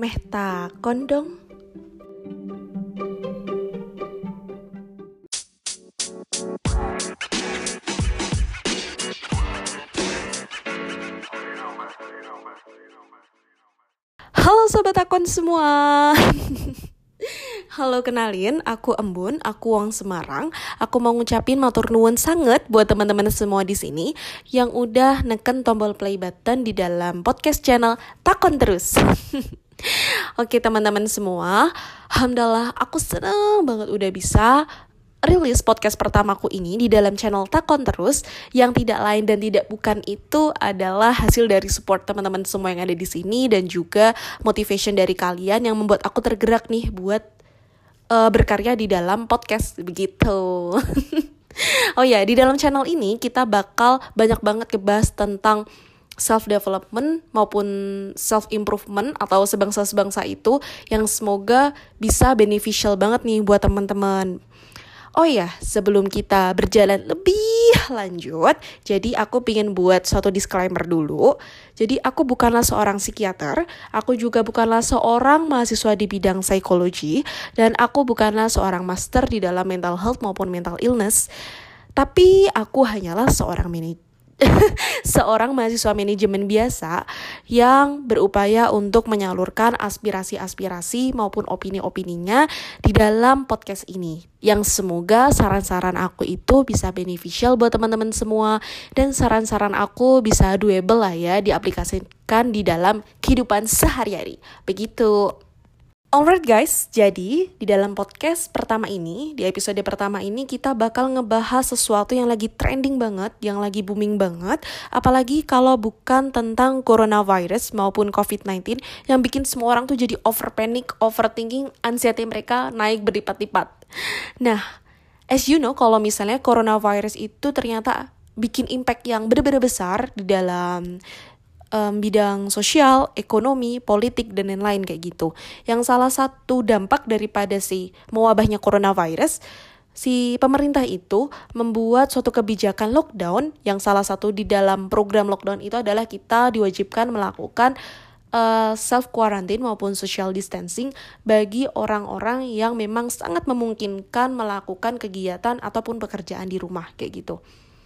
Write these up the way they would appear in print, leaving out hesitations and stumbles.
Takon dong. Halo Sobat Takon semua. Halo, kenalin, aku Embun, aku Wong Semarang. Aku mau ngucapin matur nuwun sanget buat teman-teman semua di sini yang udah neken tombol play button di dalam podcast channel Takon Terus. Oke teman-teman semua, alhamdulillah aku seneng banget udah bisa rilis podcast pertamaku ini di dalam channel Takon Terus, yang tidak lain dan tidak bukan itu adalah hasil dari support teman-teman semua yang ada di sini dan juga motivation dari kalian yang membuat aku tergerak nih buat berkarya di dalam podcast begitu. Oh ya, di dalam channel ini kita bakal banyak banget ngebahas tentang self-development maupun self-improvement atau sebangsa-sebangsa itu yang semoga bisa beneficial banget nih buat teman-teman. Oh ya, sebelum kita berjalan lebih lanjut, jadi aku pengen buat suatu disclaimer dulu. Jadi aku bukanlah seorang psikiater, aku juga bukanlah seorang mahasiswa di bidang psikologi, dan aku bukanlah seorang master di dalam mental health maupun mental illness. Tapi aku hanyalah seorang mahasiswa manajemen biasa yang berupaya untuk menyalurkan aspirasi-aspirasi maupun opini-opininya di dalam podcast ini. Yang semoga saran-saran aku itu bisa beneficial buat teman-teman semua dan saran-saran aku bisa doable lah ya diaplikasikan di dalam kehidupan sehari-hari. Begitu. Alright guys, jadi di dalam podcast pertama ini, di episode pertama ini kita bakal ngebahas sesuatu yang lagi trending banget, yang lagi booming banget, apalagi kalau bukan tentang coronavirus maupun COVID-19 yang bikin semua orang tuh jadi over panic, overthinking, anxiety mereka naik berlipat-lipat. Nah, as you know, kalau misalnya coronavirus itu ternyata bikin impact yang benar-benar besar di dalam bidang sosial, ekonomi, politik, dan lain-lain kayak gitu. Yang salah satu dampak daripada si mewabahnya coronavirus, si pemerintah itu membuat suatu kebijakan lockdown, yang salah satu di dalam program lockdown itu adalah kita diwajibkan melakukan self-quarantine maupun social distancing bagi orang-orang yang memang sangat memungkinkan melakukan kegiatan ataupun pekerjaan di rumah kayak gitu.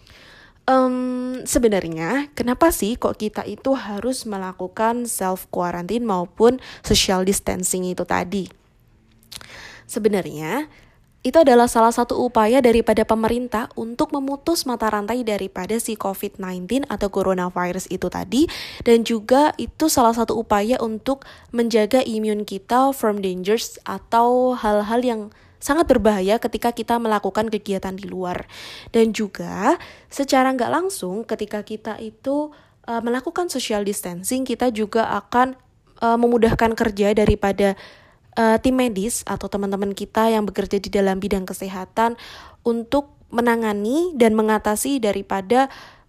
Sebenarnya kenapa sih kok kita itu harus melakukan self quarantine maupun social distancing itu tadi? Sebenarnya itu adalah salah satu upaya daripada pemerintah untuk memutus mata rantai daripada si COVID-19 atau coronavirus itu tadi, dan juga itu salah satu upaya untuk menjaga imun kita from dangers atau hal-hal yang sangat berbahaya ketika kita melakukan kegiatan di luar. Dan juga secara nggak langsung ketika kita itu melakukan social distancing, kita juga akan memudahkan kerja daripada tim medis atau teman-teman kita yang bekerja di dalam bidang kesehatan untuk menangani dan mengatasi daripada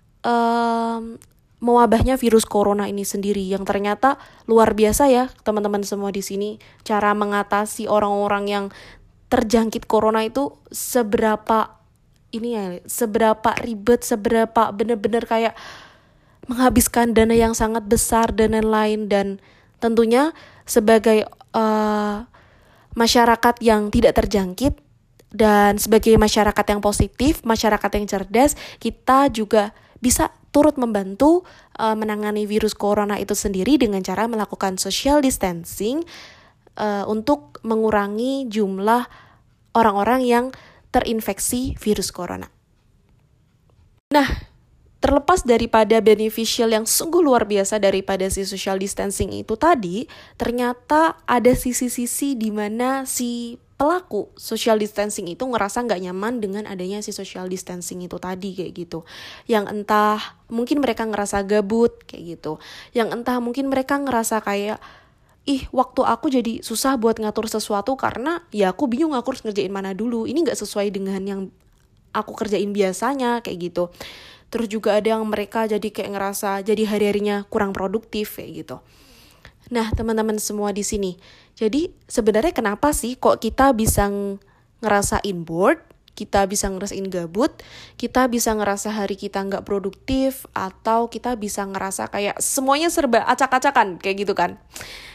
mewabahnya virus corona ini sendiri, yang ternyata luar biasa ya teman-teman semua di sini. Cara mengatasi orang-orang yang terjangkit corona itu seberapa ribet, seberapa benar-benar kayak menghabiskan dana yang sangat besar dan lain-lain. Dan tentunya sebagai masyarakat yang tidak terjangkit dan sebagai masyarakat yang positif, masyarakat yang cerdas, kita juga bisa turut membantu menangani virus corona itu sendiri dengan cara melakukan social distancing untuk mengurangi jumlah orang-orang yang terinfeksi virus corona. Nah, terlepas daripada beneficial yang sungguh luar biasa daripada si social distancing itu tadi, ternyata ada sisi-sisi di mana si pelaku social distancing itu ngerasa nggak nyaman dengan adanya si social distancing itu tadi kayak gitu. Yang entah mungkin mereka ngerasa gabut kayak gitu. Yang entah mungkin mereka ngerasa kayak waktu aku jadi susah buat ngatur sesuatu karena ya aku bingung aku harus ngerjain mana dulu. Ini gak sesuai dengan yang aku kerjain biasanya kayak gitu. Terus juga ada yang mereka jadi kayak ngerasa jadi hari-harinya kurang produktif kayak gitu. Nah teman-teman semua di sini, jadi sebenarnya kenapa sih kok kita bisa ngerasain bored, kita bisa ngerasain gabut, kita bisa ngerasa hari kita gak produktif, atau kita bisa ngerasa kayak semuanya serba acak-acakan kayak gitu kan.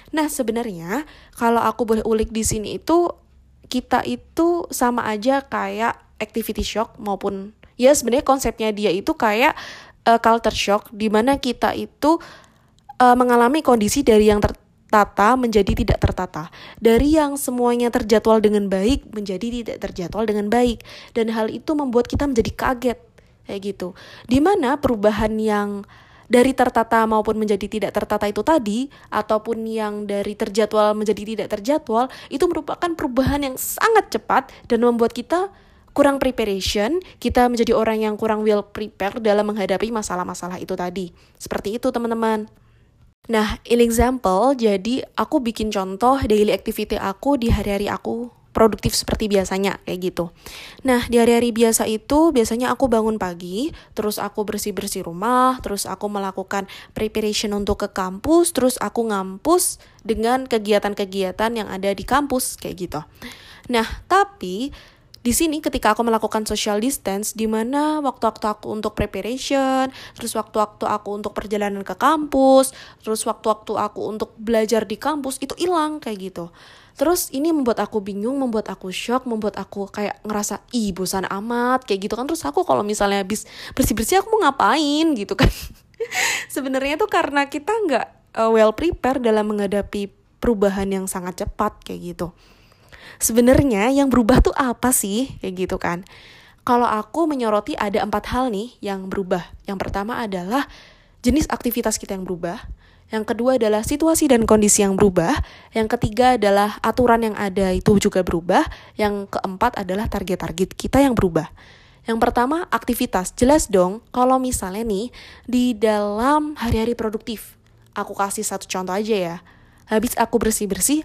Nah, sebenarnya kalau aku boleh ulik di sini itu, kita itu sama aja kayak activity shock maupun ya sebenarnya konsepnya dia itu kayak culture shock, di mana kita itu mengalami kondisi dari yang tertata menjadi tidak tertata, dari yang semuanya terjadwal dengan baik menjadi tidak terjadwal dengan baik, dan hal itu membuat kita menjadi kaget kayak gitu. Dimana perubahan yang dari tertata maupun menjadi tidak tertata itu tadi, ataupun yang dari terjadwal menjadi tidak terjadwal, itu merupakan perubahan yang sangat cepat dan membuat kita kurang preparation, kita menjadi orang yang kurang well prepared dalam menghadapi masalah-masalah itu tadi. Seperti itu teman-teman. Nah, in example, jadi aku bikin contoh daily activity aku di hari-hari aku produktif seperti biasanya, kayak gitu. Nah, di hari-hari biasa itu, biasanya aku bangun pagi, terus aku bersih-bersih rumah, terus aku melakukan preparation untuk ke kampus, terus aku ngampus dengan kegiatan-kegiatan yang ada di kampus, kayak gitu. Nah, tapi di sini ketika aku melakukan social distance, di mana waktu-waktu aku untuk preparation, terus waktu-waktu aku untuk perjalanan ke kampus, terus waktu-waktu aku untuk belajar di kampus, itu hilang kayak gitu. Terus ini membuat aku bingung, membuat aku shock, membuat aku kayak ngerasa, bosan amat, kayak gitu kan. Terus aku kalau misalnya habis bersih-bersih, aku mau ngapain gitu kan. Sebenarnya tuh karena kita nggak well prepared dalam menghadapi perubahan yang sangat cepat, kayak gitu. Sebenarnya yang berubah tuh apa sih, kayak gitu kan. Kalau aku menyoroti ada 4 hal nih yang berubah. Yang pertama adalah jenis aktivitas kita yang berubah. Yang kedua adalah situasi dan kondisi yang berubah. Yang ketiga adalah aturan yang ada itu juga berubah. Yang keempat adalah target-target kita yang berubah. Yang pertama, aktivitas. Jelas dong, kalau misalnya nih, di dalam hari-hari produktif, aku kasih satu contoh aja ya. Habis aku bersih-bersih,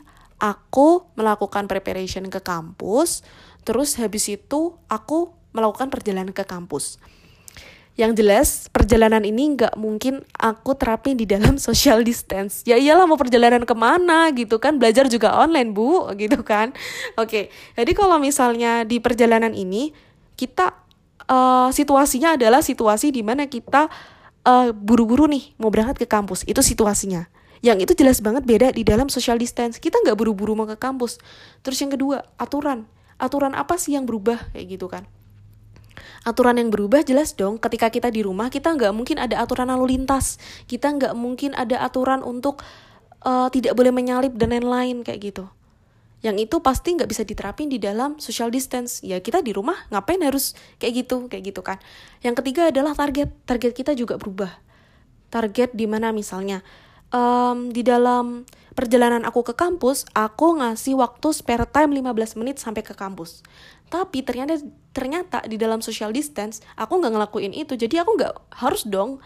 aku melakukan preparation ke kampus, terus habis itu aku melakukan perjalanan ke kampus. Yang jelas, perjalanan ini nggak mungkin aku terapin di dalam social distance. Ya iyalah, mau perjalanan kemana gitu kan, belajar juga online bu, gitu kan. Oke, jadi kalau misalnya di perjalanan ini, kita situasinya adalah situasi di mana kita buru-buru nih mau berangkat ke kampus, itu situasinya. Yang itu jelas banget beda di dalam social distance, kita nggak buru-buru mau ke kampus. Terus yang kedua, aturan apa sih yang berubah kayak gitu kan. Aturan yang berubah jelas dong, ketika kita di rumah kita nggak mungkin ada aturan lalu lintas, kita nggak mungkin ada aturan untuk tidak boleh menyalip dan lain-lain kayak gitu. Yang itu pasti nggak bisa diterapin di dalam social distance. Ya kita di rumah ngapain harus kayak gitu kan. Yang ketiga adalah target kita juga berubah. Target di mana misalnya di dalam perjalanan aku ke kampus, aku ngasih waktu spare time 15 menit sampai ke kampus. Tapi ternyata di dalam social distance, aku nggak ngelakuin itu. Jadi aku nggak harus dong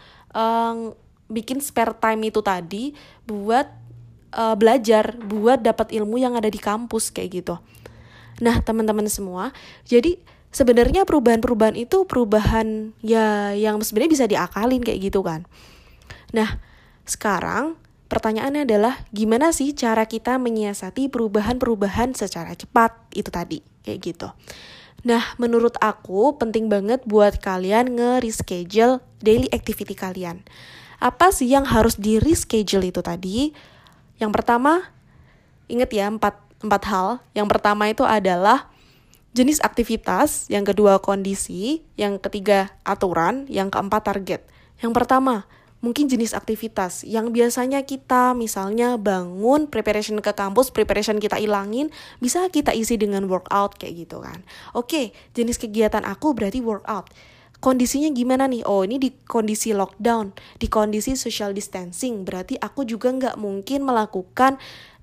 bikin spare time itu tadi buat belajar, buat dapat ilmu yang ada di kampus kayak gitu. Nah teman-teman semua, jadi sebenarnya perubahan-perubahan itu perubahan ya yang sebenarnya bisa diakalin kayak gitu kan. Nah sekarang pertanyaannya adalah gimana sih cara kita menyiasati perubahan-perubahan secara cepat itu tadi, kayak gitu. Nah, menurut aku penting banget buat kalian nge-reschedule daily activity kalian. Apa sih yang harus di-reschedule itu tadi? Yang pertama, ingat ya 4 hal. Yang pertama itu adalah jenis aktivitas, yang kedua kondisi, yang ketiga aturan, yang keempat target. Yang pertama, mungkin jenis aktivitas yang biasanya kita misalnya bangun, preparation ke kampus, preparation kita ilangin, bisa kita isi dengan workout kayak gitu kan. Oke, jenis kegiatan aku berarti workout. Kondisinya gimana nih? Oh, ini di kondisi lockdown, di kondisi social distancing, berarti aku juga nggak mungkin melakukan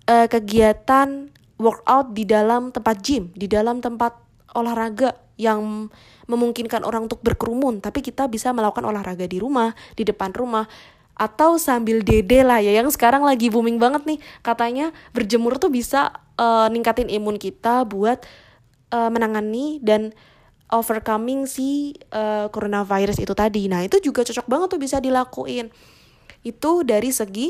kegiatan workout di dalam tempat gym, di dalam tempat olahraga yang memungkinkan orang untuk berkerumun, tapi kita bisa melakukan olahraga di rumah, di depan rumah, atau sambil dede lah ya, yang sekarang lagi booming banget nih, katanya berjemur tuh bisa ningkatin imun kita buat menangani dan overcoming si coronavirus itu tadi. Nah itu juga cocok banget tuh bisa dilakuin. Itu dari segi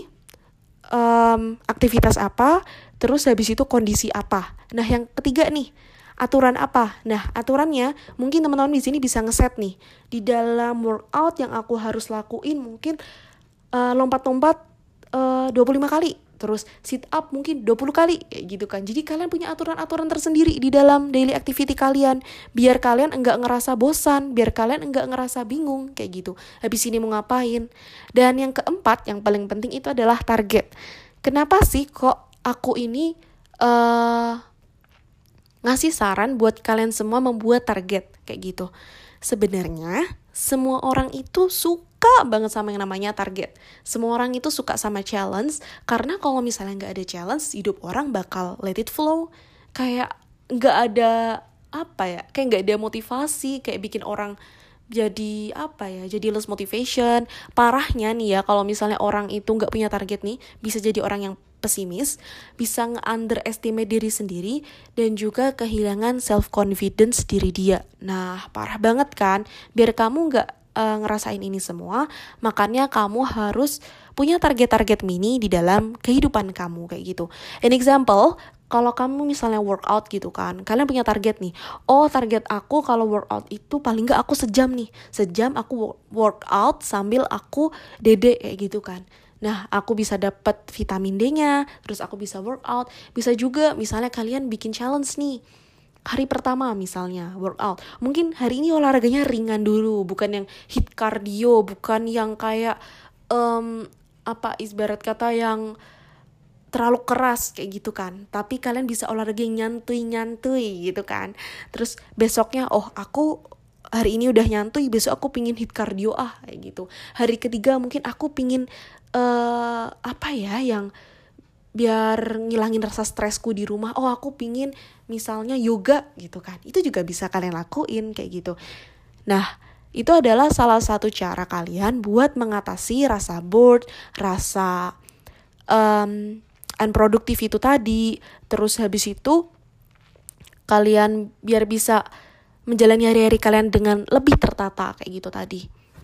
aktivitas apa, terus habis itu kondisi apa. Nah yang ketiga nih, aturan apa? Nah, aturannya mungkin teman-teman di sini bisa ngeset nih. Di dalam workout yang aku harus lakuin mungkin lompat-lompat 25 kali terus sit up mungkin 20 kali kayak gitu kan. Jadi kalian punya aturan-aturan tersendiri di dalam daily activity kalian, biar kalian enggak ngerasa bosan, biar kalian enggak ngerasa bingung kayak gitu. Habis ini mau ngapain? Dan yang keempat, yang paling penting itu adalah target. Kenapa sih kok aku ini ngasih saran buat kalian semua membuat target kayak gitu? Sebenarnya semua orang itu suka banget sama yang namanya target. Semua orang itu suka sama challenge, karena kalau misalnya nggak ada challenge, hidup orang bakal let it flow. Kayak nggak ada kayak nggak ada motivasi, kayak bikin orang jadi jadi less motivation. Parahnya nih ya, kalau misalnya orang itu nggak punya target nih, bisa jadi orang yang pesimis, bisa nge-underestimate diri sendiri, dan juga kehilangan self-confidence diri dia. Nah, parah banget kan? Biar kamu nggak ngerasain ini semua, makanya kamu harus punya target-target mini di dalam kehidupan kamu kayak gitu. An example, kalau kamu misalnya workout gitu kan, kalian punya target nih. Oh, target aku kalau workout itu paling nggak aku sejam nih. Sejam aku workout sambil aku dede kayak gitu kan. Nah, aku bisa dapat vitamin D-nya, terus aku bisa workout. Bisa juga misalnya kalian bikin challenge nih. Hari pertama misalnya workout. Mungkin hari ini olahraganya ringan dulu, bukan yang hit cardio, bukan yang kayak ibarat kata yang terlalu keras kayak gitu kan. Tapi kalian bisa olahraga yang nyantuy gitu kan. Terus besoknya, aku hari ini udah nyantuy, besok aku pingin hit cardio kayak gitu. Hari ketiga mungkin aku pingin yang biar ngilangin rasa stresku di rumah. Aku pingin misalnya yoga gitu kan. Itu juga bisa kalian lakuin kayak gitu. Nah, itu adalah salah satu cara kalian buat mengatasi rasa bored, rasa unproductive itu tadi. Terus habis itu kalian biar bisa menjalani hari-hari kalian dengan lebih tertata kayak gitu tadi.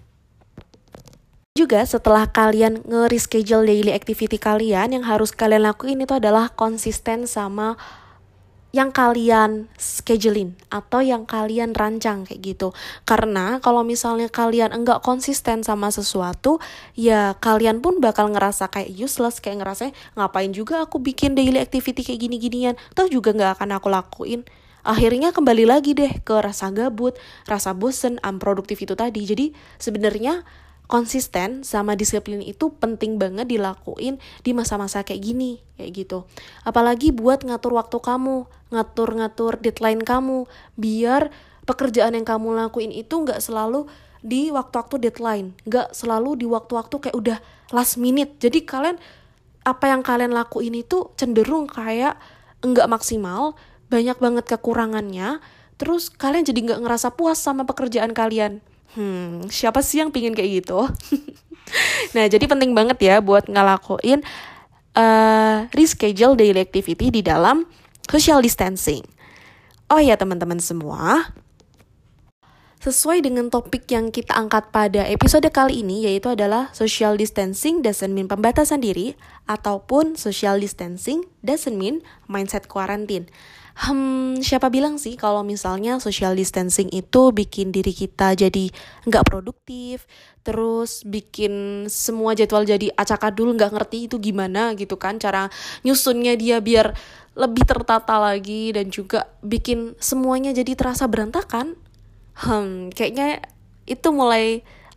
Juga setelah kalian nge-reschedule daily activity kalian, yang harus kalian lakuin itu adalah konsisten sama yang kalian schedulein atau yang kalian rancang kayak gitu. Karena kalau misalnya kalian enggak konsisten sama sesuatu, ya kalian pun bakal ngerasa kayak useless, kayak ngerasa ngapain juga aku bikin daily activity kayak gini-ginian, toh juga enggak akan aku lakuin. Akhirnya kembali lagi deh ke rasa gabut, rasa bosen, unproduktif itu tadi. Jadi sebenarnya konsisten sama disiplin itu penting banget dilakuin di masa-masa kayak gini, kayak gitu. Apalagi buat ngatur waktu kamu, ngatur deadline kamu, biar pekerjaan yang kamu lakuin itu nggak selalu di waktu-waktu deadline, nggak selalu di waktu-waktu kayak udah last minute. Jadi apa yang kalian lakuin itu cenderung kayak nggak maksimal, banyak banget kekurangannya, terus kalian jadi nggak ngerasa puas sama pekerjaan kalian. Siapa sih yang pingin kayak gitu? Nah, jadi penting banget ya buat ngelakuin reschedule daily activity di dalam social distancing. Oh ya teman-teman semua, sesuai dengan topik yang kita angkat pada episode kali ini, yaitu adalah social distancing doesn't mean pembatasan diri, ataupun social distancing doesn't mean mindset quarantine. Siapa bilang sih kalau misalnya social distancing itu bikin diri kita jadi nggak produktif, terus bikin semua jadwal jadi acak-adul, nggak ngerti itu gimana gitu kan, cara nyusunnya dia biar lebih tertata lagi, dan juga bikin semuanya jadi terasa berantakan. Kayaknya itu mulai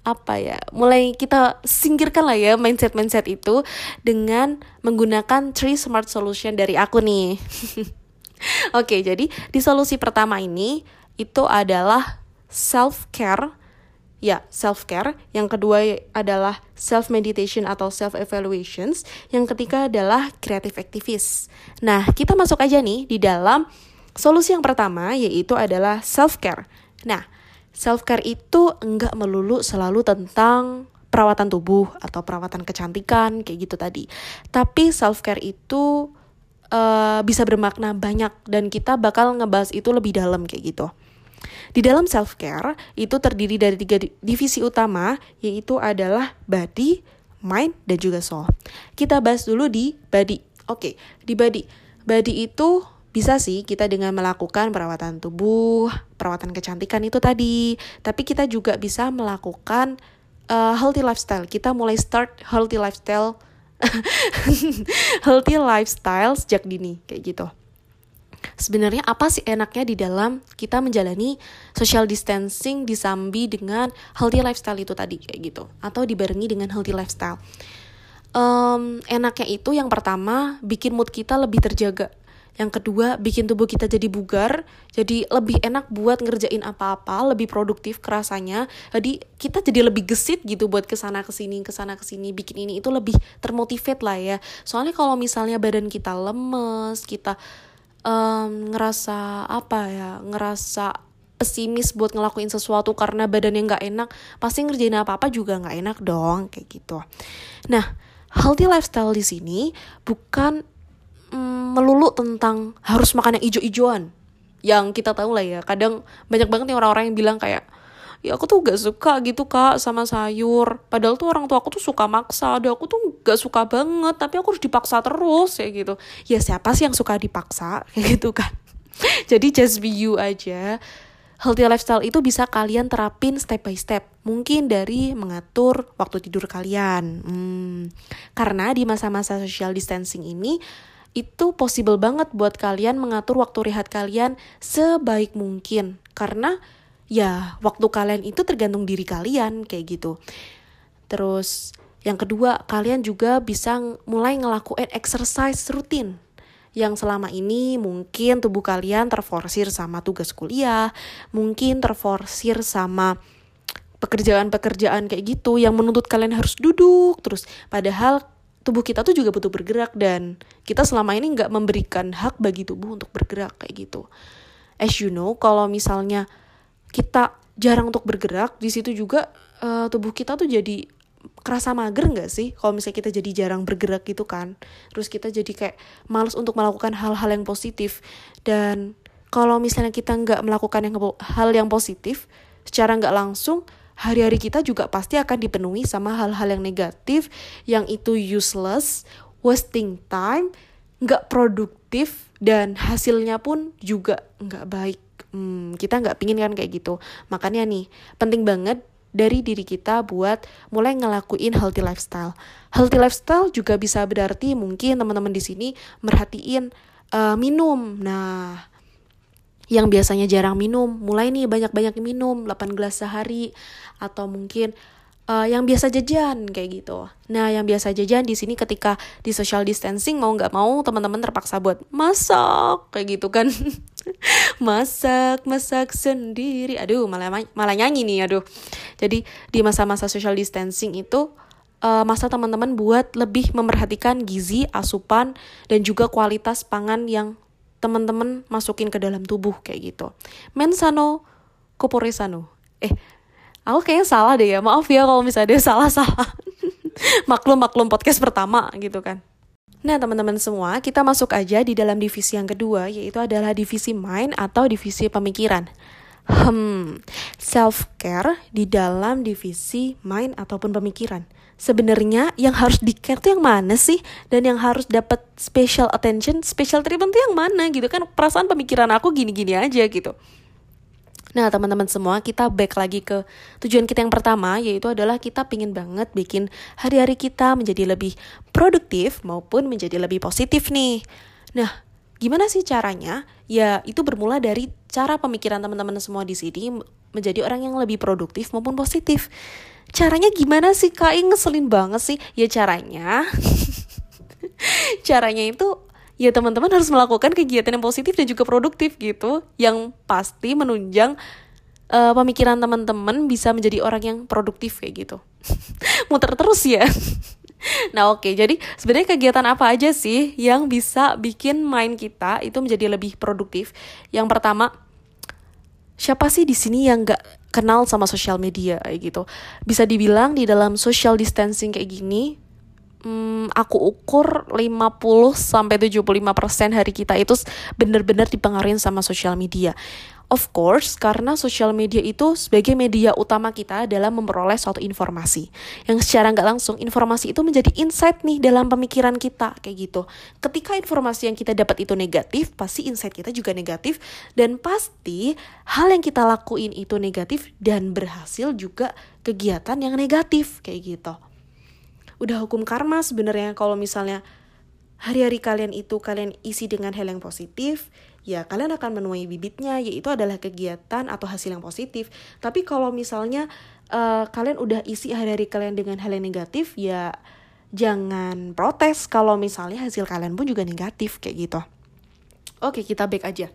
kita singkirkan lah ya mindset itu dengan menggunakan 3 smart solution dari aku nih. Oke, jadi di solusi pertama ini itu adalah self-care. Ya, self-care. Yang kedua adalah self-meditation atau self-evaluations. Yang ketiga adalah creative activists. Nah, kita masuk aja nih di dalam solusi yang pertama, yaitu adalah self-care. Nah, self-care itu enggak melulu selalu tentang perawatan tubuh atau perawatan kecantikan, kayak gitu tadi. Tapi self-care itu bisa bermakna banyak, dan kita bakal ngebahas itu lebih dalam kayak gitu. Di dalam self-care itu terdiri dari 3 divisi utama, yaitu adalah body, mind, dan juga soul. Kita bahas dulu di body. Oke, di body. Body itu bisa sih kita dengan melakukan perawatan tubuh, perawatan kecantikan itu tadi. Tapi kita juga bisa melakukan healthy lifestyle. Kita mulai start healthy lifestyle healthy lifestyle sejak dini kayak gitu. Sebenarnya apa sih enaknya di dalam kita menjalani social distancing disambi dengan healthy lifestyle itu tadi kayak gitu, atau dibarengi dengan healthy lifestyle. Enaknya itu yang pertama bikin mood kita lebih terjaga. Yang kedua, bikin tubuh kita jadi bugar, jadi lebih enak buat ngerjain apa-apa, lebih produktif kerasanya. Jadi kita jadi lebih gesit gitu buat kesana kesini, bikin ini itu lebih termotivate lah ya. Soalnya kalau misalnya badan kita lemes, kita ngerasa pesimis buat ngelakuin sesuatu karena badannya nggak enak, pasti ngerjain apa-apa juga nggak enak dong, kayak gitu. Nah, healthy lifestyle di sini bukan melulu tentang harus makan yang ijo-ijoan. Yang kita tahu lah ya, kadang banyak banget nih orang-orang yang bilang kayak, ya aku tuh gak suka gitu kak sama sayur. Padahal tuh orang tua aku tuh suka maksa, dan aku tuh gak suka banget, tapi aku harus dipaksa terus ya gitu. Ya siapa sih yang suka dipaksa kayak gitu kan. Jadi just be you aja. Healthy lifestyle itu bisa kalian terapin step by step. Mungkin dari mengatur waktu tidur kalian. Karena di masa-masa social distancing ini, itu possible banget buat kalian mengatur waktu rehat kalian sebaik mungkin. Karena ya waktu kalian itu tergantung diri kalian kayak gitu. Terus yang kedua, kalian juga bisa mulai ngelakuin exercise rutin. Yang selama ini mungkin tubuh kalian terforsir sama tugas kuliah, mungkin terforsir sama pekerjaan-pekerjaan kayak gitu yang menuntut kalian harus duduk terus. Padahal tubuh kita tuh juga butuh bergerak, dan kita selama ini nggak memberikan hak bagi tubuh untuk bergerak kayak gitu. As you know, kalau misalnya kita jarang untuk bergerak, di situ juga tubuh kita tuh jadi kerasa mager nggak sih? Kalau misalnya kita jadi jarang bergerak gitu kan, terus kita jadi kayak malas untuk melakukan hal-hal yang positif. Dan kalau misalnya kita nggak melakukan hal yang positif, secara nggak langsung hari-hari kita juga pasti akan dipenuhi sama hal-hal yang negatif, yang itu useless, wasting time, nggak produktif, dan hasilnya pun juga nggak baik. Kita nggak pingin kan kayak gitu. Makanya nih, penting banget dari diri kita buat mulai ngelakuin healthy lifestyle. Healthy lifestyle juga bisa berarti mungkin teman-teman di sini merhatiin minum. Nah, yang biasanya jarang minum, mulai nih banyak-banyak minum, 8 gelas sehari, atau mungkin yang biasa jajan kayak gitu. Nah, yang biasa jajan di sini ketika di social distancing mau nggak mau teman-teman terpaksa buat masak kayak gitu kan. masak sendiri. Aduh, malah nyanyi nih, aduh. Jadi di masa-masa social distancing itu masa teman-teman buat lebih memerhatikan gizi, asupan, dan juga kualitas pangan yang teman-teman masukin ke dalam tubuh kayak gitu. Mensano, corpore sano. Aku kayaknya salah deh ya. Maaf ya kalau misalnya dia salah-salah. Maklum podcast pertama gitu kan. Nah teman-teman semua, kita masuk aja di dalam divisi yang kedua, yaitu adalah divisi mind atau divisi pemikiran. Self-care di dalam divisi mind ataupun pemikiran. Sebenarnya yang harus di-care tuh yang mana sih? Dan yang harus dapat special attention, special treatment tuh yang mana gitu kan? Perasaan pemikiran aku gini-gini aja gitu. Nah teman-teman semua, kita back lagi ke tujuan kita yang pertama, yaitu adalah kita pingin banget bikin hari-hari kita menjadi lebih produktif maupun menjadi lebih positif nih. Nah, gimana sih caranya? Ya itu bermula dari cara pemikiran teman-teman semua di sini menjadi orang yang lebih produktif maupun positif. Caranya gimana sih Kak? Ngeselin banget sih. Ya caranya itu ya teman-teman harus melakukan kegiatan yang positif dan juga produktif gitu, yang pasti menunjang pemikiran teman-teman bisa menjadi orang yang produktif kayak gitu. Muter terus ya. Nah oke, jadi sebenarnya kegiatan apa aja sih yang bisa bikin mind kita itu menjadi lebih produktif? Yang pertama, siapa sih di sini yang nggak kenal sama sosial media kayak gitu? Bisa dibilang di dalam social distancing kayak gini, aku ukur 50-75% hari kita itu benar-benar dipengaruhi sama sosial media. Of course, karena sosial media itu sebagai media utama kita dalam memperoleh suatu informasi. Yang secara nggak langsung, informasi itu menjadi insight nih dalam pemikiran kita, kayak gitu. Ketika informasi yang kita dapat itu negatif, pasti insight kita juga negatif. Dan pasti hal yang kita lakuin itu negatif dan berhasil juga kegiatan yang negatif, kayak gitu. udah hukum karma sebenarnya. Kalau misalnya hari-hari kalian itu kalian isi dengan hal yang positif, ya kalian akan menuai bibitnya, yaitu adalah kegiatan atau hasil yang positif. Tapi kalau misalnya kalian udah isi hari-hari kalian dengan hal yang negatif, ya jangan protes kalau misalnya hasil kalian pun juga negatif kayak gitu. Oke, kita back aja.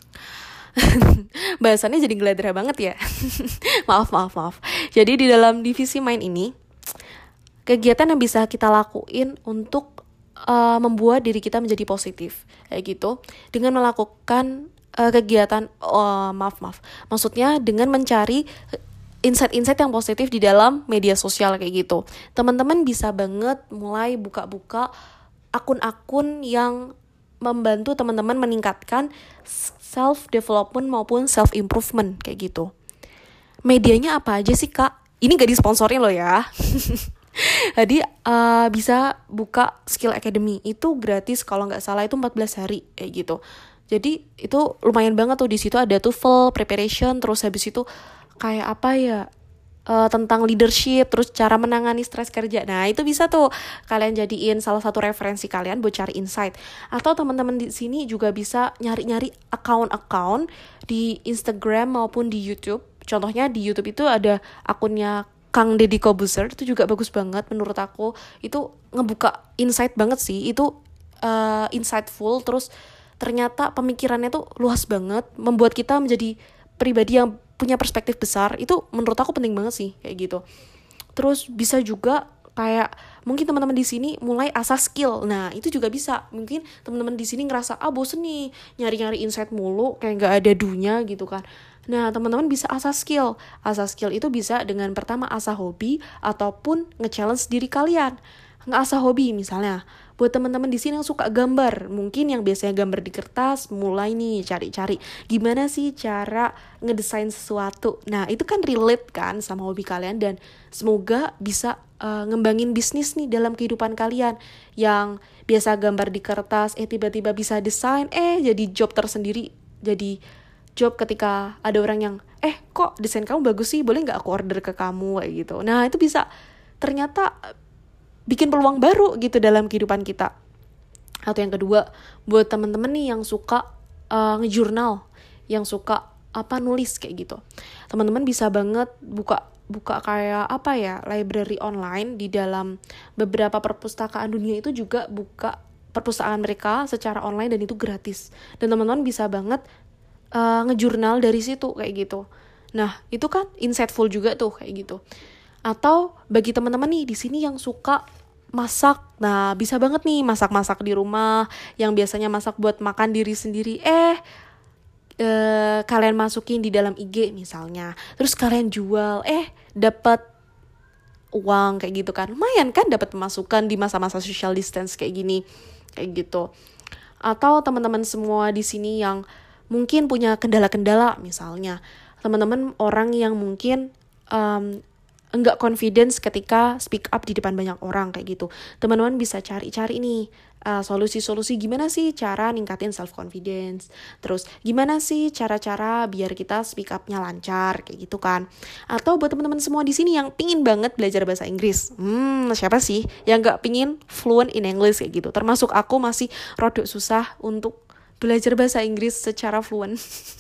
Bahasannya jadi geladra banget ya. maaf. Jadi di dalam divisi main ini, kegiatan yang bisa kita lakuin untuk membuat diri kita menjadi positif kayak gitu, dengan melakukan kegiatan maksudnya dengan mencari insight-insight yang positif di dalam media sosial kayak gitu. Teman-teman bisa banget mulai buka-buka akun-akun yang membantu teman-teman meningkatkan self-development maupun self-improvement kayak gitu. Medianya apa aja sih, Kak? Ini gak disponsorin loh ya. Jadi bisa buka Skill Academy. Itu gratis kalau gak salah, itu 14 hari kayak gitu. Jadi itu lumayan banget tuh. Di situ ada TOEFL preparation, terus habis itu kayak apa ya, tentang leadership, terus cara menangani stres kerja. Nah, itu bisa tuh kalian jadiin salah satu referensi kalian buat cari insight. Atau teman-teman di sini juga bisa nyari-nyari account-account di Instagram maupun di YouTube. Contohnya di YouTube itu ada akunnya Kang Deddy Kobuser, itu juga bagus banget menurut aku. Itu ngebuka insight banget sih. Itu insightful, terus ternyata pemikirannya tuh luas banget, membuat kita menjadi pribadi yang punya perspektif besar. Itu menurut aku penting banget sih kayak gitu. Terus bisa juga kayak mungkin teman-teman di sini mulai asah skill. Nah, itu juga bisa. Mungkin teman-teman di sini ngerasa bosen nih nyari-nyari insight mulu, kayak nggak ada dunya gitu kan. Nah, teman-teman bisa asah skill. Asah skill itu bisa dengan pertama asah hobi ataupun nge-challenge diri kalian. Ngasah hobi misalnya, buat teman-teman di sini yang suka gambar, mungkin yang biasanya gambar di kertas, mulai nih cari-cari gimana sih cara ngedesain sesuatu. Nah, itu kan relate kan sama hobi kalian, dan semoga bisa ngembangin bisnis nih dalam kehidupan kalian. Yang biasa gambar di kertas, tiba-tiba bisa desain, jadi job tersendiri. Jadi job ketika ada orang yang, kok desain kamu bagus sih, boleh gak aku order ke kamu, kayak gitu. Nah, itu bisa ternyata bikin peluang baru gitu dalam kehidupan kita. Atau yang kedua, buat teman-teman nih yang suka ngejurnal, yang suka nulis kayak gitu. Teman-teman bisa banget buka kayak library online di dalam beberapa perpustakaan dunia. Itu juga buka perpustakaan mereka secara online dan itu gratis. Dan teman-teman bisa banget ngejurnal dari situ kayak gitu. Nah, itu kan insightful juga tuh kayak gitu. Atau bagi teman-teman nih di sini yang suka masak, nah bisa banget nih masak-masak di rumah, yang biasanya masak buat makan diri sendiri, kalian masukin di dalam IG misalnya, terus kalian jual, dapat uang kayak gitu kan, lumayan kan, dapat pemasukan di masa-masa social distance kayak gini, kayak gitu. Atau teman-teman semua di sini yang mungkin punya kendala-kendala, misalnya teman-teman orang yang mungkin enggak confidence ketika speak up di depan banyak orang kayak gitu. Teman-teman bisa cari-cari nih solusi-solusi gimana sih cara ningkatin self confidence. Terus gimana sih cara-cara biar kita speak up-nya lancar kayak gitu kan. Atau buat teman-teman semua di sini yang pingin banget belajar bahasa Inggris. Siapa sih yang enggak pingin fluent in English kayak gitu. Termasuk aku masih rodok susah untuk belajar bahasa Inggris secara fluent.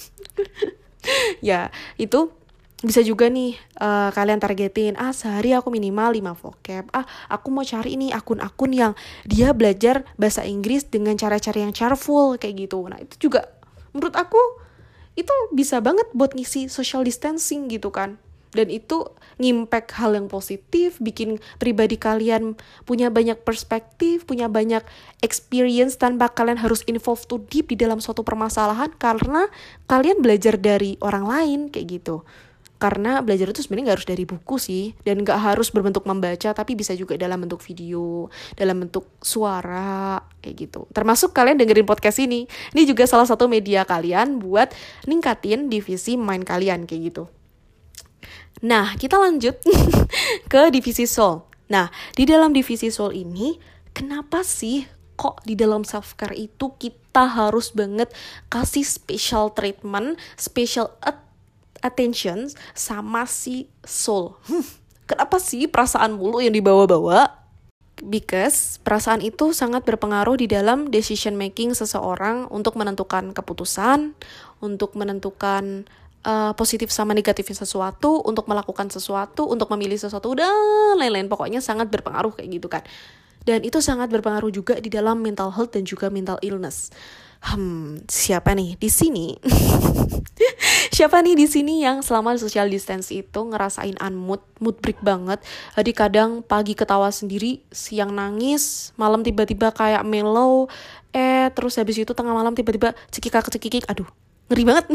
Ya, itu bisa juga nih kalian targetin, sehari aku minimal 5 vocab. Aku mau cari nih akun-akun yang dia belajar bahasa Inggris dengan cara-cara yang cheerful kayak gitu. Nah, itu juga menurut aku itu bisa banget buat ngisi social distancing gitu kan. Dan itu ngimpact hal yang positif, bikin pribadi kalian punya banyak perspektif, punya banyak experience tanpa kalian harus involve too deep di dalam suatu permasalahan, karena kalian belajar dari orang lain kayak gitu. Karena belajar itu sebenarnya gak harus dari buku sih, dan gak harus berbentuk membaca, tapi bisa juga dalam bentuk video, dalam bentuk suara, kayak gitu. Termasuk kalian dengerin podcast ini juga salah satu media kalian buat ningkatin divisi mind kalian, kayak gitu. Nah, kita lanjut ke divisi soul. Nah, di dalam divisi soul ini, kenapa sih kok di dalam self-care itu kita harus banget kasih special treatment, special attention sama si soul? Kenapa sih perasaan mulu yang dibawa-bawa? Because perasaan itu sangat berpengaruh di dalam decision making seseorang untuk menentukan keputusan, untuk menentukan positif sama negatifnya sesuatu, untuk melakukan sesuatu, untuk memilih sesuatu, dan lain-lain. Pokoknya sangat berpengaruh kayak gitu kan. Dan itu sangat berpengaruh juga di dalam mental health dan juga mental illness. Siapa nih di sini? Siapa nih di sini yang selama social distance itu ngerasain mood break banget? Jadi kadang pagi ketawa sendiri, siang nangis, malam tiba-tiba kayak mellow, terus habis itu tengah malam tiba-tiba cekikak, aduh, ngeri banget.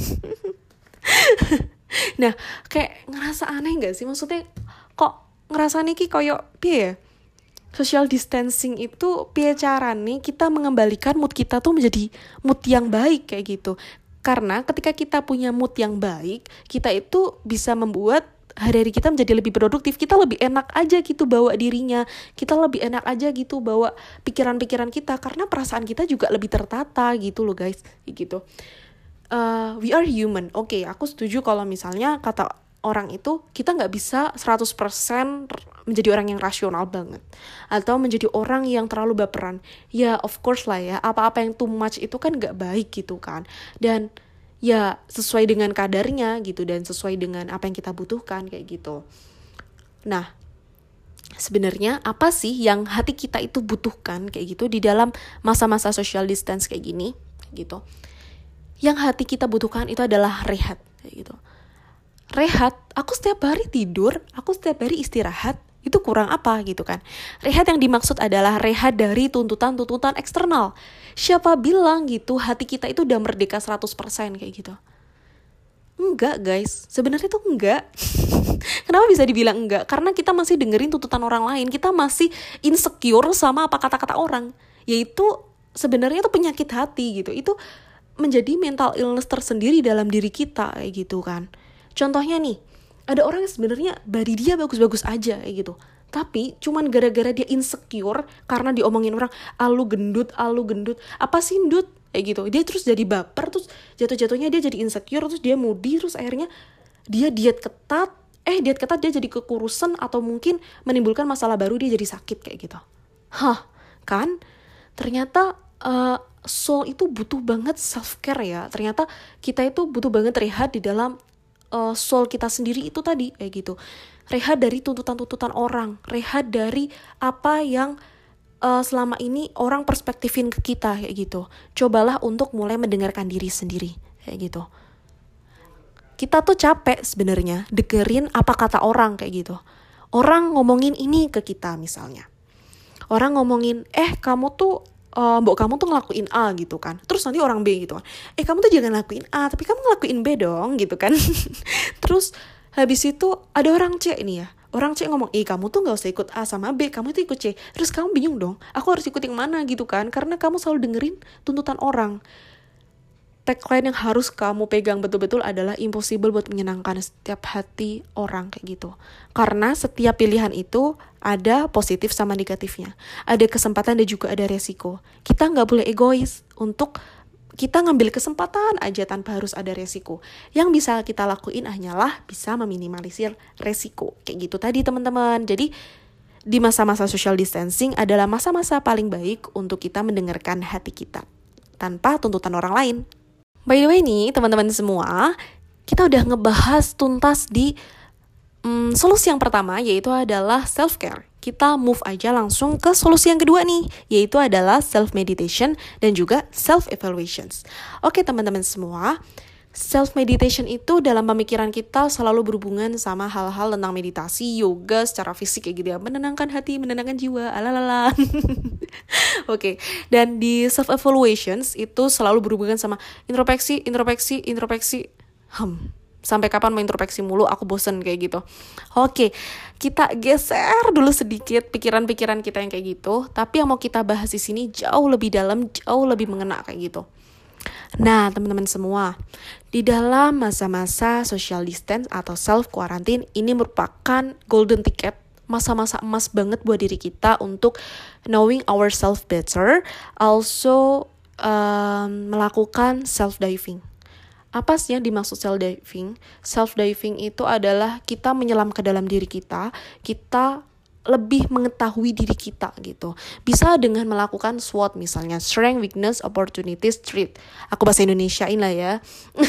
Nah, kayak ngerasa aneh gak sih? Maksudnya kok ngerasa nih koyo piye ya? Social distancing itu piye carane kita mengembalikan mood kita tuh menjadi mood yang baik kayak gitu. Karena ketika kita punya mood yang baik, kita itu bisa membuat hari-hari kita menjadi lebih produktif. Kita lebih enak aja gitu bawa dirinya. Kita lebih enak aja gitu bawa pikiran-pikiran kita. Karena perasaan kita juga lebih tertata gitu loh guys. Gitu. We are human. Oke, aku setuju kalau misalnya kata orang itu kita nggak bisa 100% menjadi orang yang rasional banget atau menjadi orang yang terlalu baperan. Ya of course lah ya, apa-apa yang too much itu kan nggak baik gitu kan. Dan ya sesuai dengan kadarnya gitu dan sesuai dengan apa yang kita butuhkan kayak gitu. Nah, sebenarnya apa sih yang hati kita itu butuhkan kayak gitu di dalam masa-masa social distance kayak gini gitu. Yang hati kita butuhkan itu adalah rehat kayak gitu. Rehat, aku setiap hari tidur, aku setiap hari istirahat, itu kurang apa gitu kan. Rehat yang dimaksud adalah rehat dari tuntutan-tuntutan eksternal. Siapa bilang gitu hati kita itu udah merdeka 100% kayak gitu? Enggak guys, sebenarnya tuh enggak. Kenapa bisa dibilang enggak? Karena kita masih dengerin tuntutan orang lain, kita masih insecure sama apa kata-kata orang. Yaitu sebenarnya itu penyakit hati gitu. Itu menjadi mental illness tersendiri dalam diri kita kayak gitu kan. Contohnya nih, ada orang yang sebenarnya body dia bagus-bagus aja kayak gitu. Tapi cuman gara-gara dia insecure karena diomongin orang, lu gendut, apa sih ndut? Kayak gitu. Dia terus jadi baper, terus jatuh-jatuhnya dia jadi insecure, terus dia moody, terus akhirnya dia diet ketat dia jadi kekurusan atau mungkin menimbulkan masalah baru, dia jadi sakit kayak gitu. Kan? Ternyata soul itu butuh banget self-care ya. Ternyata kita itu butuh banget rehat di dalam soul kita sendiri itu tadi kayak gitu. Rehat dari tuntutan-tuntutan orang, rehat dari apa yang selama ini orang perspektifin ke kita kayak gitu. Cobalah untuk mulai mendengarkan diri sendiri kayak gitu. Kita tuh capek sebenarnya dengerin apa kata orang kayak gitu. Orang ngomongin ini ke kita misalnya. Orang ngomongin, kamu tuh mbok kamu tuh ngelakuin A gitu kan. Terus nanti orang B gitu kan, kamu tuh jangan ngelakuin A, tapi kamu ngelakuin B dong gitu kan. Terus habis itu ada orang C ini ya. Orang C ngomong, kamu tuh gak usah ikut A sama B, kamu tuh ikut C. Terus kamu bingung dong, aku harus ikut yang mana gitu kan. Karena kamu selalu dengerin tuntutan orang. Tagline yang harus kamu pegang betul-betul adalah impossible buat menyenangkan setiap hati orang kayak gitu. Karena setiap pilihan itu ada positif sama negatifnya. Ada kesempatan dan juga ada resiko. Kita gak boleh egois untuk kita ngambil kesempatan aja tanpa harus ada resiko. Yang bisa kita lakuin hanyalah bisa meminimalisir resiko. Kayak gitu tadi teman-teman. Jadi di masa-masa social distancing adalah masa-masa paling baik untuk kita mendengarkan hati kita tanpa tuntutan orang lain. By the way nih teman-teman semua, kita udah ngebahas tuntas di solusi yang pertama, yaitu adalah self-care. Kita move aja langsung ke solusi yang kedua nih, yaitu adalah self-meditation dan juga self-evaluations. Oke teman-teman semua, self-meditation itu dalam pemikiran kita selalu berhubungan sama hal-hal tentang meditasi, yoga secara fisik kayak gitu ya. Menenangkan hati, menenangkan jiwa, alalala. Oke, dan di self-evaluations itu selalu berhubungan sama introspeksi. Sampai kapan mau introspeksi mulu, aku bosen kayak gitu. Oke, kita geser dulu sedikit pikiran-pikiran kita yang kayak gitu. Tapi yang mau kita bahas di sini jauh lebih dalam, jauh lebih mengena kayak gitu. Nah, teman-teman semua, di dalam masa-masa social distance atau self-quarantine, ini merupakan golden ticket, masa-masa emas banget buat diri kita untuk knowing ourselves better, also melakukan self-diving. Apa sih yang dimaksud self-diving? Self-diving itu adalah kita menyelam ke dalam diri kita lebih mengetahui diri kita gitu. Bisa dengan melakukan SWOT misalnya, strength, weakness, opportunities, threat. Aku bahasa Indonesiain lah ya.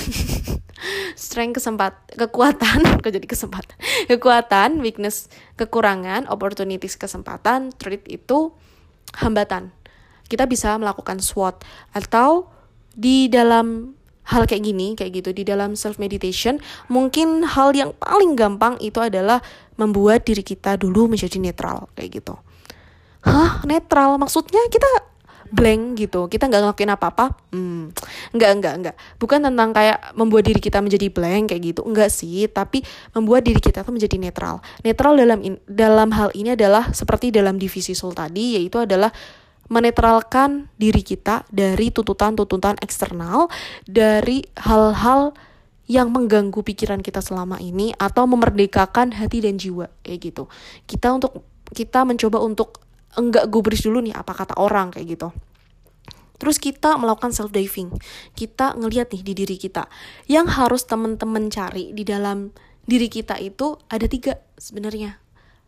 Strength kekuatan, kok jadi kesempatan. Kekuatan, weakness kekurangan, opportunities kesempatan, threat itu hambatan. Kita bisa melakukan SWOT atau di dalam hal kayak gini, kayak gitu, di dalam self meditation, mungkin hal yang paling gampang itu adalah membuat diri kita dulu menjadi netral, kayak gitu. Netral? Maksudnya kita blank gitu, kita nggak ngelakuin apa-apa? Enggak. Bukan tentang kayak membuat diri kita menjadi blank kayak gitu, enggak sih. Tapi membuat diri kita tuh menjadi netral. Netral dalam hal ini adalah seperti dalam divisi soul tadi, yaitu adalah menetralkan diri kita dari tuntutan-tuntutan eksternal, dari hal-hal yang mengganggu pikiran kita selama ini, atau memerdekakan hati dan jiwa, kayak gitu. Kita mencoba untuk enggak gubris dulu nih apa kata orang, kayak gitu. Terus kita melakukan self diving. Kita ngelihat nih di diri kita. Yang harus teman-teman cari di dalam diri kita itu ada 3 sebenarnya.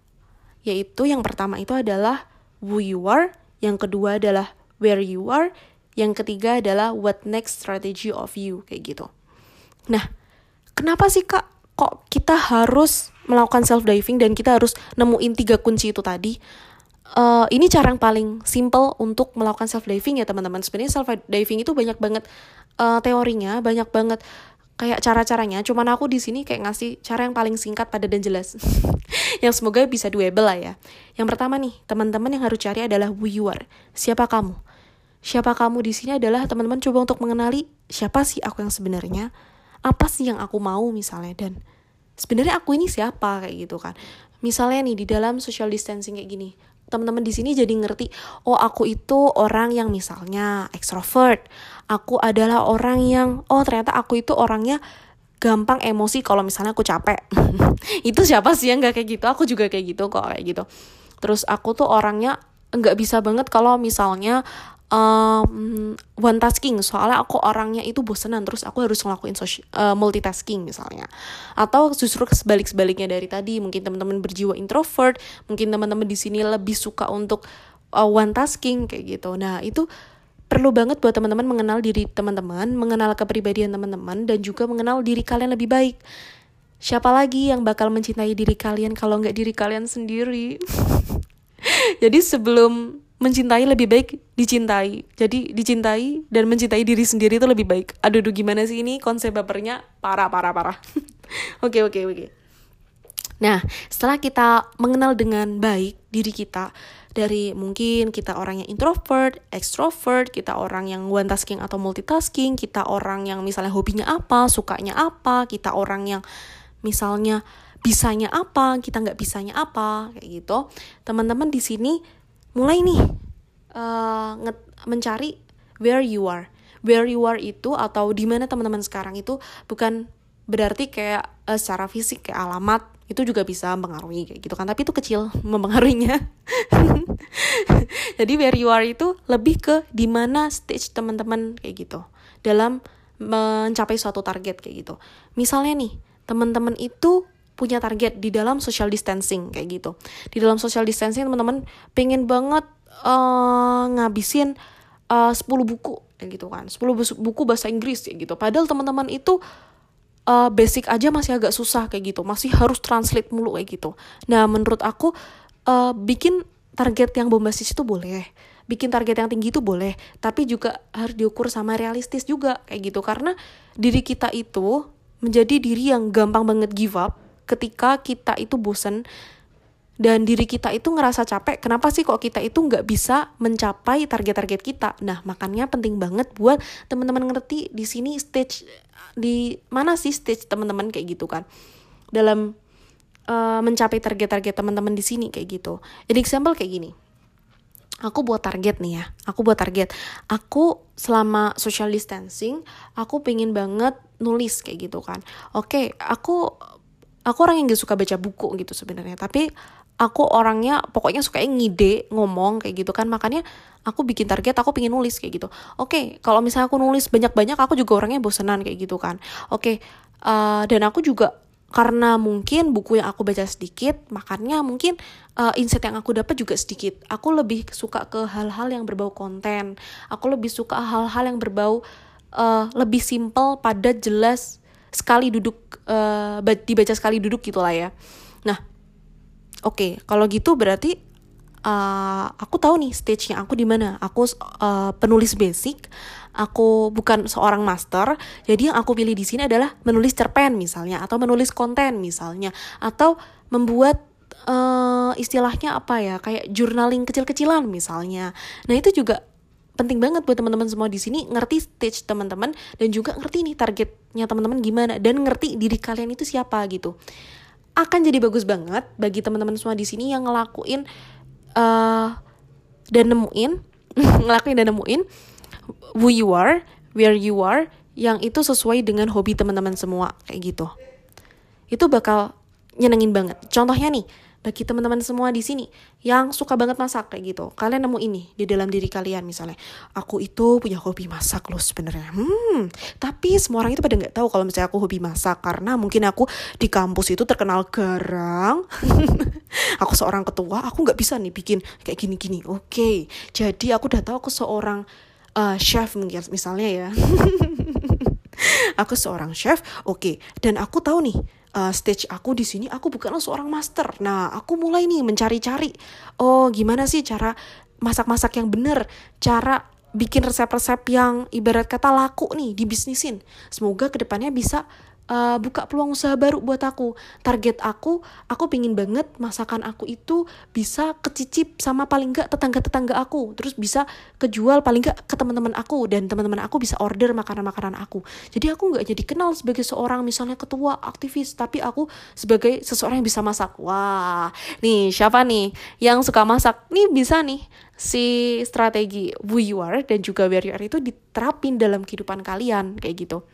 Yaitu yang pertama itu adalah who you are, yang kedua adalah where you are, yang ketiga adalah what next strategy of you, kayak gitu. Nah, kenapa sih Kak kok kita harus melakukan self diving dan kita harus nemuin 3 kunci itu tadi? Ini cara yang paling simple untuk melakukan self diving ya teman-teman. Sebenarnya self diving itu banyak banget teorinya, banyak banget kayak cara-caranya. Cuman aku di sini kayak ngasih cara yang paling singkat, padat dan jelas. Yang semoga bisa doable lah ya. Yang pertama nih, teman-teman yang harus cari adalah who you are. Siapa kamu? Siapa kamu di sini adalah teman-teman coba untuk mengenali siapa sih aku yang sebenarnya, apa sih yang aku mau misalnya, dan sebenarnya aku ini siapa, kayak gitu kan. Misalnya nih di dalam social distancing kayak gini, teman-teman di sini jadi ngerti, oh aku itu orang yang misalnya extrovert, aku adalah orang yang, oh ternyata aku itu orangnya gampang emosi kalau misalnya aku capek. Itu siapa sih yang gak kayak gitu? Aku juga kayak gitu kok, kayak gitu. Terus aku tuh orangnya gak bisa banget kalau misalnya one tasking, soalnya aku orangnya itu bosenan, terus aku harus ngelakuin multitasking misalnya. Atau justru sebaliknya dari tadi, mungkin teman-teman berjiwa introvert, mungkin teman-teman di sini lebih suka untuk one tasking kayak gitu. Nah, itu perlu banget buat teman-teman mengenal diri teman-teman, mengenal kepribadian teman-teman, dan juga mengenal diri kalian lebih baik. Siapa lagi yang bakal mencintai diri kalian kalau nggak diri kalian sendiri? Jadi sebelum mencintai lebih baik dicintai. Jadi dicintai dan mencintai diri sendiri itu lebih baik. Aduh gimana sih ini konsep bapernya? Parah. Oke. Nah, setelah kita mengenal dengan baik diri kita, dari mungkin kita orang yang introvert, extrovert, kita orang yang one tasking atau multitasking, kita orang yang misalnya hobinya apa, sukanya apa, kita orang yang misalnya bisanya apa, kita nggak bisanya apa, kayak gitu. Teman-teman di sini mulai nih mencari where you are. Where you are itu atau di mana teman-teman sekarang itu bukan berarti kayak secara fisik kayak alamat, itu juga bisa mempengaruhi kayak gitu kan, tapi itu kecil mempengaruhinya. Jadi where you are itu lebih ke di mana stage teman-teman kayak gitu dalam mencapai suatu target kayak gitu. Misalnya nih, teman-teman itu punya target di dalam social distancing kayak gitu. Di dalam social distancing teman-teman pengen banget ngabisin 10 buku kayak gitu kan. 10 buku bahasa Inggris kayak gitu. Padahal teman-teman itu basic aja masih agak susah kayak gitu. Masih harus translate mulu kayak gitu. Nah, menurut aku bikin target yang bombastis itu boleh. Bikin target yang tinggi itu boleh, tapi juga harus diukur sama realistis juga kayak gitu. Karena diri kita itu menjadi diri yang gampang banget give up ketika kita itu bosen dan diri kita itu ngerasa capek. Kenapa sih kok kita itu nggak bisa mencapai target-target kita? Nah, makanya penting banget buat teman-teman ngerti di sini stage di mana sih stage teman-teman kayak gitu kan dalam mencapai target-target teman-teman di sini kayak gitu. Jadi example kayak gini. Aku buat target nih ya. Aku selama social distancing, aku pengen banget nulis kayak gitu kan. Oke, aku orang yang gak suka baca buku gitu sebenarnya. Tapi aku orangnya pokoknya suka ngide, ngomong kayak gitu kan. Makanya aku bikin target, aku pengen nulis kayak gitu. Oke, kalau misalnya aku nulis banyak-banyak, aku juga orangnya bosenan kayak gitu kan. Oke, dan aku juga karena mungkin buku yang aku baca sedikit, makanya mungkin insight yang aku dapat juga sedikit. Aku lebih suka ke hal-hal yang berbau konten. Aku lebih suka hal-hal yang berbau lebih simple, padat, jelas, sekali duduk, dibaca sekali duduk gitulah ya. Nah, oke, kalau gitu berarti aku tahu nih stage-nya aku di mana. Aku penulis basic, aku bukan seorang master. Jadi yang aku pilih di sini adalah menulis cerpen misalnya, atau menulis konten misalnya, atau membuat istilahnya apa ya, kayak journaling kecil-kecilan misalnya. Nah, itu juga penting banget buat teman-teman semua di sini ngerti stage teman-teman dan juga ngerti nih targetnya teman-teman gimana dan ngerti diri kalian itu siapa gitu. Akan jadi bagus banget bagi teman-teman semua di sini yang ngelakuin dan nemuin who you are, where you are, yang itu sesuai dengan hobi teman-teman semua kayak gitu. Itu bakal nyenengin banget. Contohnya nih, bagi teman-teman semua di sini yang suka banget masak kayak gitu, kalian nemu ini di dalam diri kalian misalnya, aku itu punya hobi masak loh sebenarnya. Tapi semua orang itu pada nggak tahu kalau misalnya aku hobi masak karena mungkin aku di kampus itu terkenal garang. Aku seorang ketua, aku nggak bisa nih bikin kayak gini-gini. Oke, jadi aku udah tahu aku seorang chef mungkin misalnya ya. Aku seorang chef, oke. Dan aku tahu nih stage aku di sini, aku bukanlah seorang master. Nah, aku mulai nih mencari-cari. Oh, gimana sih cara masak-masak yang bener? Cara bikin resep-resep yang ibarat kata laku nih dibisnisin. Semoga kedepannya bisa buka peluang usaha baru buat aku. Target aku pingin banget masakan aku itu bisa kecicip sama paling gak tetangga-tetangga aku. Terus bisa kejual paling gak ke teman-teman aku. Dan teman-teman aku bisa order makanan-makanan aku. Jadi aku gak jadi kenal sebagai seorang misalnya ketua, aktivis. Tapi aku sebagai seseorang yang bisa masak. Wah, nih siapa nih yang suka masak? Nih bisa nih si strategi who you are dan juga where you are itu diterapin dalam kehidupan kalian kayak gitu.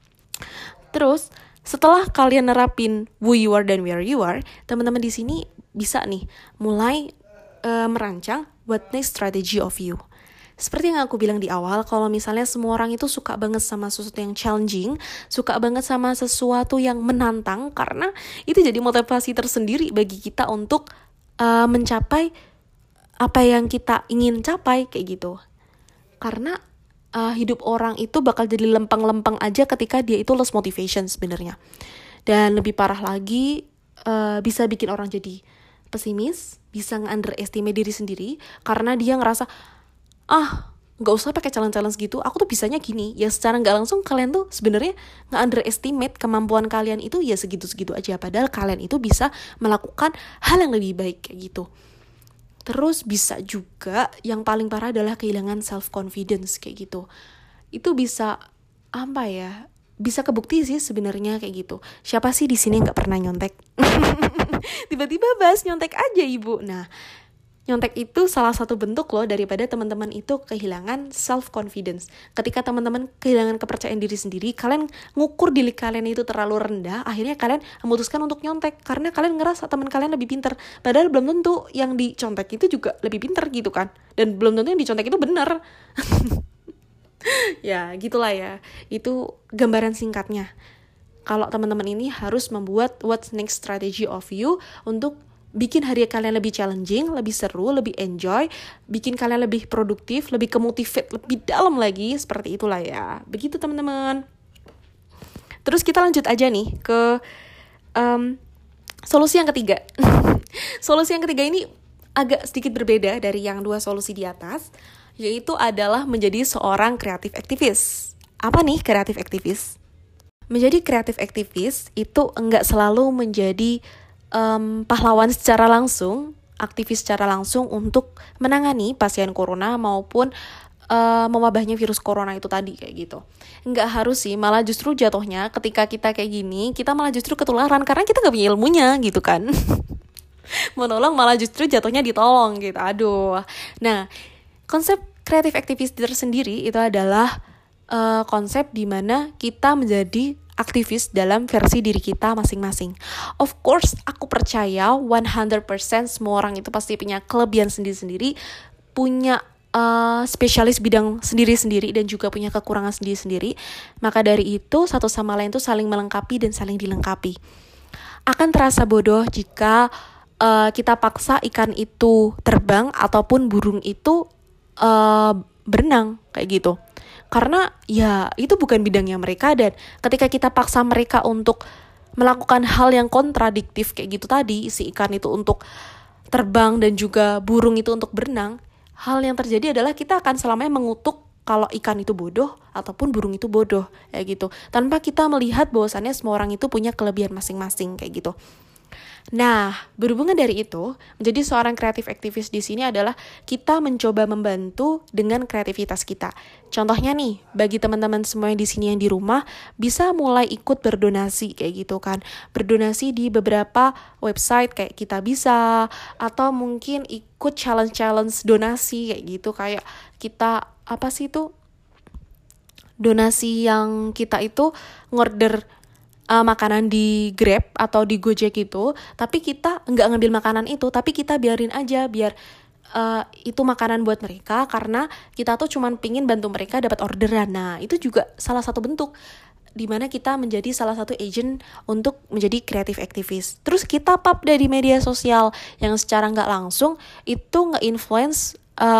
Terus setelah kalian nerapin who you are dan where you are, teman-teman di sini bisa nih mulai merancang what next strategy of you. Seperti yang aku bilang di awal, kalau misalnya semua orang itu suka banget sama sesuatu yang challenging, suka banget sama sesuatu yang menantang, karena itu jadi motivasi tersendiri bagi kita untuk mencapai apa yang kita ingin capai kayak gitu. Karena hidup orang itu bakal jadi lempeng-lempeng aja ketika dia itu lost motivation sebenarnya. Dan lebih parah lagi, bisa bikin orang jadi pesimis, bisa nge-underestimate diri sendiri, karena dia ngerasa, gak usah pakai challenge-challenge gitu, aku tuh bisanya gini. Ya secara gak langsung kalian tuh sebenarnya nge-underestimate kemampuan kalian itu ya segitu-segitu aja. Padahal kalian itu bisa melakukan hal yang lebih baik kayak gitu. Terus bisa juga yang paling parah adalah kehilangan self-confidence kayak gitu. Itu bisa apa ya? Bisa kebukti sih sebenarnya kayak gitu. Siapa sih di sini nggak pernah nyontek? Tiba-tiba bahas nyontek aja ibu. Nah, nyontek itu salah satu bentuk loh daripada teman-teman itu kehilangan self-confidence. Ketika teman-teman kehilangan kepercayaan diri sendiri, kalian ngukur diri kalian itu terlalu rendah, akhirnya kalian memutuskan untuk nyontek. Karena kalian ngerasa teman kalian lebih pintar. Padahal belum tentu yang dicontek itu juga lebih pintar gitu kan. Dan belum tentu yang dicontek itu benar. Ya, gitulah ya. Itu gambaran singkatnya. Kalau teman-teman ini harus membuat what's next strategy of you untuk bikin hari kalian lebih challenging, lebih seru, lebih enjoy, bikin kalian lebih produktif, lebih kemotivate, lebih dalam lagi, seperti itulah ya. Begitu teman-teman. Terus kita lanjut aja nih ke solusi yang ketiga. Solusi yang ketiga ini agak sedikit berbeda dari yang dua solusi di atas, yaitu adalah menjadi seorang kreatif aktivis. Apa nih kreatif aktivis? Menjadi kreatif aktivis itu enggak selalu menjadi pahlawan secara langsung, aktivis secara langsung untuk menangani pasien corona maupun mewabahnya virus corona itu tadi kayak gitu. Nggak harus sih, malah justru jatuhnya ketika kita kayak gini, kita malah justru ketularan karena kita nggak punya ilmunya gitu kan. Menolong malah justru jatuhnya ditolong gitu. Aduh. Nah, konsep kreatif aktivis tersendiri itu adalah konsep di mana kita menjadi aktivis dalam versi diri kita masing-masing. Of course, aku percaya 100% semua orang itu pasti punya kelebihan sendiri-sendiri, punya spesialis bidang sendiri-sendiri dan juga punya kekurangan sendiri-sendiri. Maka dari itu, satu sama lain itu saling melengkapi dan saling dilengkapi. akan terasa bodoh jika kita paksa ikan itu terbang ataupun burung itu berenang kayak gitu. Karena ya itu bukan bidangnya mereka, dan ketika kita paksa mereka untuk melakukan hal yang kontradiktif kayak gitu tadi, si ikan itu untuk terbang dan juga burung itu untuk berenang, hal yang terjadi adalah kita akan selamanya mengutuk kalau ikan itu bodoh ataupun burung itu bodoh kayak gitu, tanpa kita melihat bahwasannya semua orang itu punya kelebihan masing-masing kayak gitu. Nah, berhubungan dari itu, menjadi seorang kreatif aktivis di sini adalah kita mencoba membantu dengan kreativitas kita. Contohnya nih, bagi teman-teman semua yang di sini yang di rumah, bisa mulai ikut berdonasi kayak gitu kan. Berdonasi di beberapa website kayak Kita Bisa, atau mungkin ikut challenge-challenge donasi kayak gitu. Kayak kita, apa sih itu? Donasi yang kita itu ngorder makanan di Grab atau di Gojek itu, tapi kita nggak ngambil makanan itu, tapi kita biarin aja, biar itu makanan buat mereka, karena kita tuh cuman pingin bantu mereka dapat orderan. Nah, itu juga salah satu bentuk dimana kita menjadi salah satu agent untuk menjadi kreatif aktivis. Terus kita pub dari media sosial yang secara nggak langsung itu nge-influence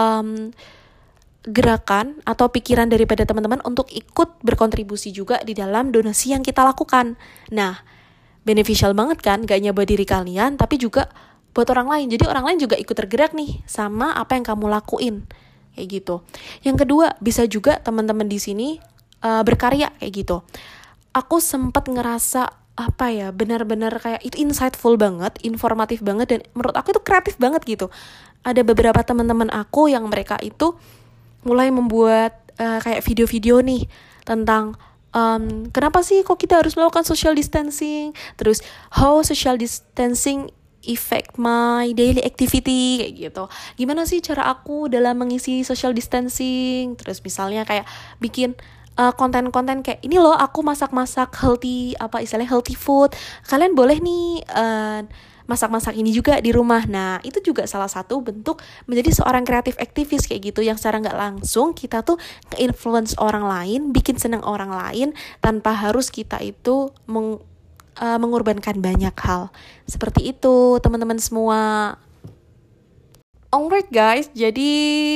gerakan atau pikiran daripada teman-teman untuk ikut berkontribusi juga di dalam donasi yang kita lakukan. Nah, beneficial banget kan, gak hanya buat diri kalian, tapi juga buat orang lain. Jadi orang lain juga ikut tergerak nih sama apa yang kamu lakuin, kayak gitu. Yang kedua, bisa juga teman-teman di sini berkarya kayak gitu. Aku sempat ngerasa benar-benar kayak itu insightful banget, informatif banget, dan menurut aku itu kreatif banget gitu. Ada beberapa teman-teman aku yang mereka itu mulai membuat kayak video-video nih tentang kenapa sih kok kita harus melakukan social distancing, terus how social distancing affect my daily activity kayak gitu. Gimana sih cara aku dalam mengisi social distancing? Terus misalnya kayak bikin konten-konten kayak ini loh, aku masak-masak healthy food. Kalian boleh nih masak-masak ini juga di rumah. Nah, itu juga salah satu bentuk menjadi seorang kreatif aktivis kayak gitu, yang secara nggak langsung kita tuh nge-influence orang lain, bikin seneng orang lain, tanpa harus kita itu mengorbankan banyak hal. Seperti itu, teman-teman semua. Alright guys, jadi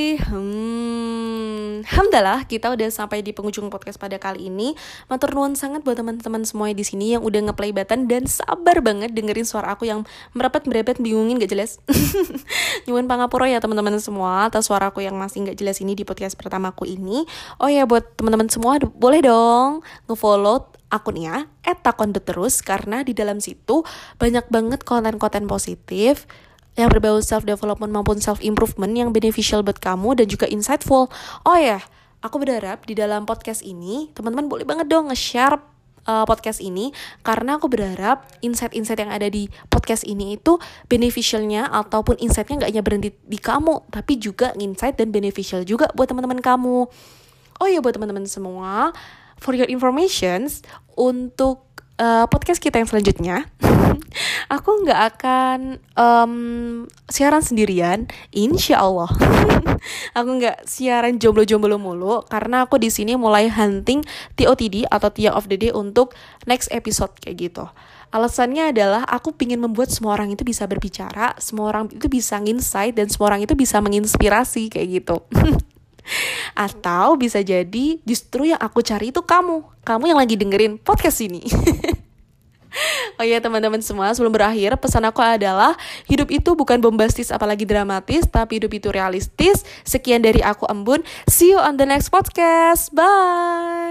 alhamdulillah kita udah sampai di penghujung podcast pada kali ini. Matur nuwun sangat buat teman-teman semua di sini yang udah ngeplay button dan sabar banget dengerin suara aku yang merepet bingungin gak jelas. Nyuwun pangapura ya teman-teman semua atas suara aku yang masih gak jelas ini di podcast pertamaku ini. Oh ya, buat teman-teman semua boleh dong nge-follow akunnya @takondut_terus, karena di dalam situ banyak banget konten-konten positif yang berbau self-development maupun self-improvement yang beneficial buat kamu dan juga insightful. Oh ya, aku berharap di dalam podcast ini, teman-teman boleh banget dong nge-share podcast ini, karena aku berharap insight-insight yang ada di podcast ini itu beneficialnya ataupun insightnya gak hanya berhenti di kamu, tapi juga insight dan beneficial juga buat teman-teman kamu. Oh ya, buat teman-teman semua, for your informations, untuk podcast kita yang selanjutnya, aku nggak akan siaran sendirian, insya Allah. Aku nggak siaran jomblo-jomblo mulu, karena aku di sini mulai hunting TOTD atau Tia of the Day untuk next episode kayak gitu. Alasannya adalah aku pingin membuat semua orang itu bisa berbicara, semua orang itu bisa nginsight, dan semua orang itu bisa menginspirasi kayak gitu. Atau bisa jadi justru yang aku cari itu kamu yang lagi dengerin podcast ini. Oh iya teman-teman semua, sebelum berakhir, pesan aku adalah hidup itu bukan bombastis apalagi dramatis, tapi hidup itu realistis. Sekian dari aku, Embun. See you on the next podcast. Bye.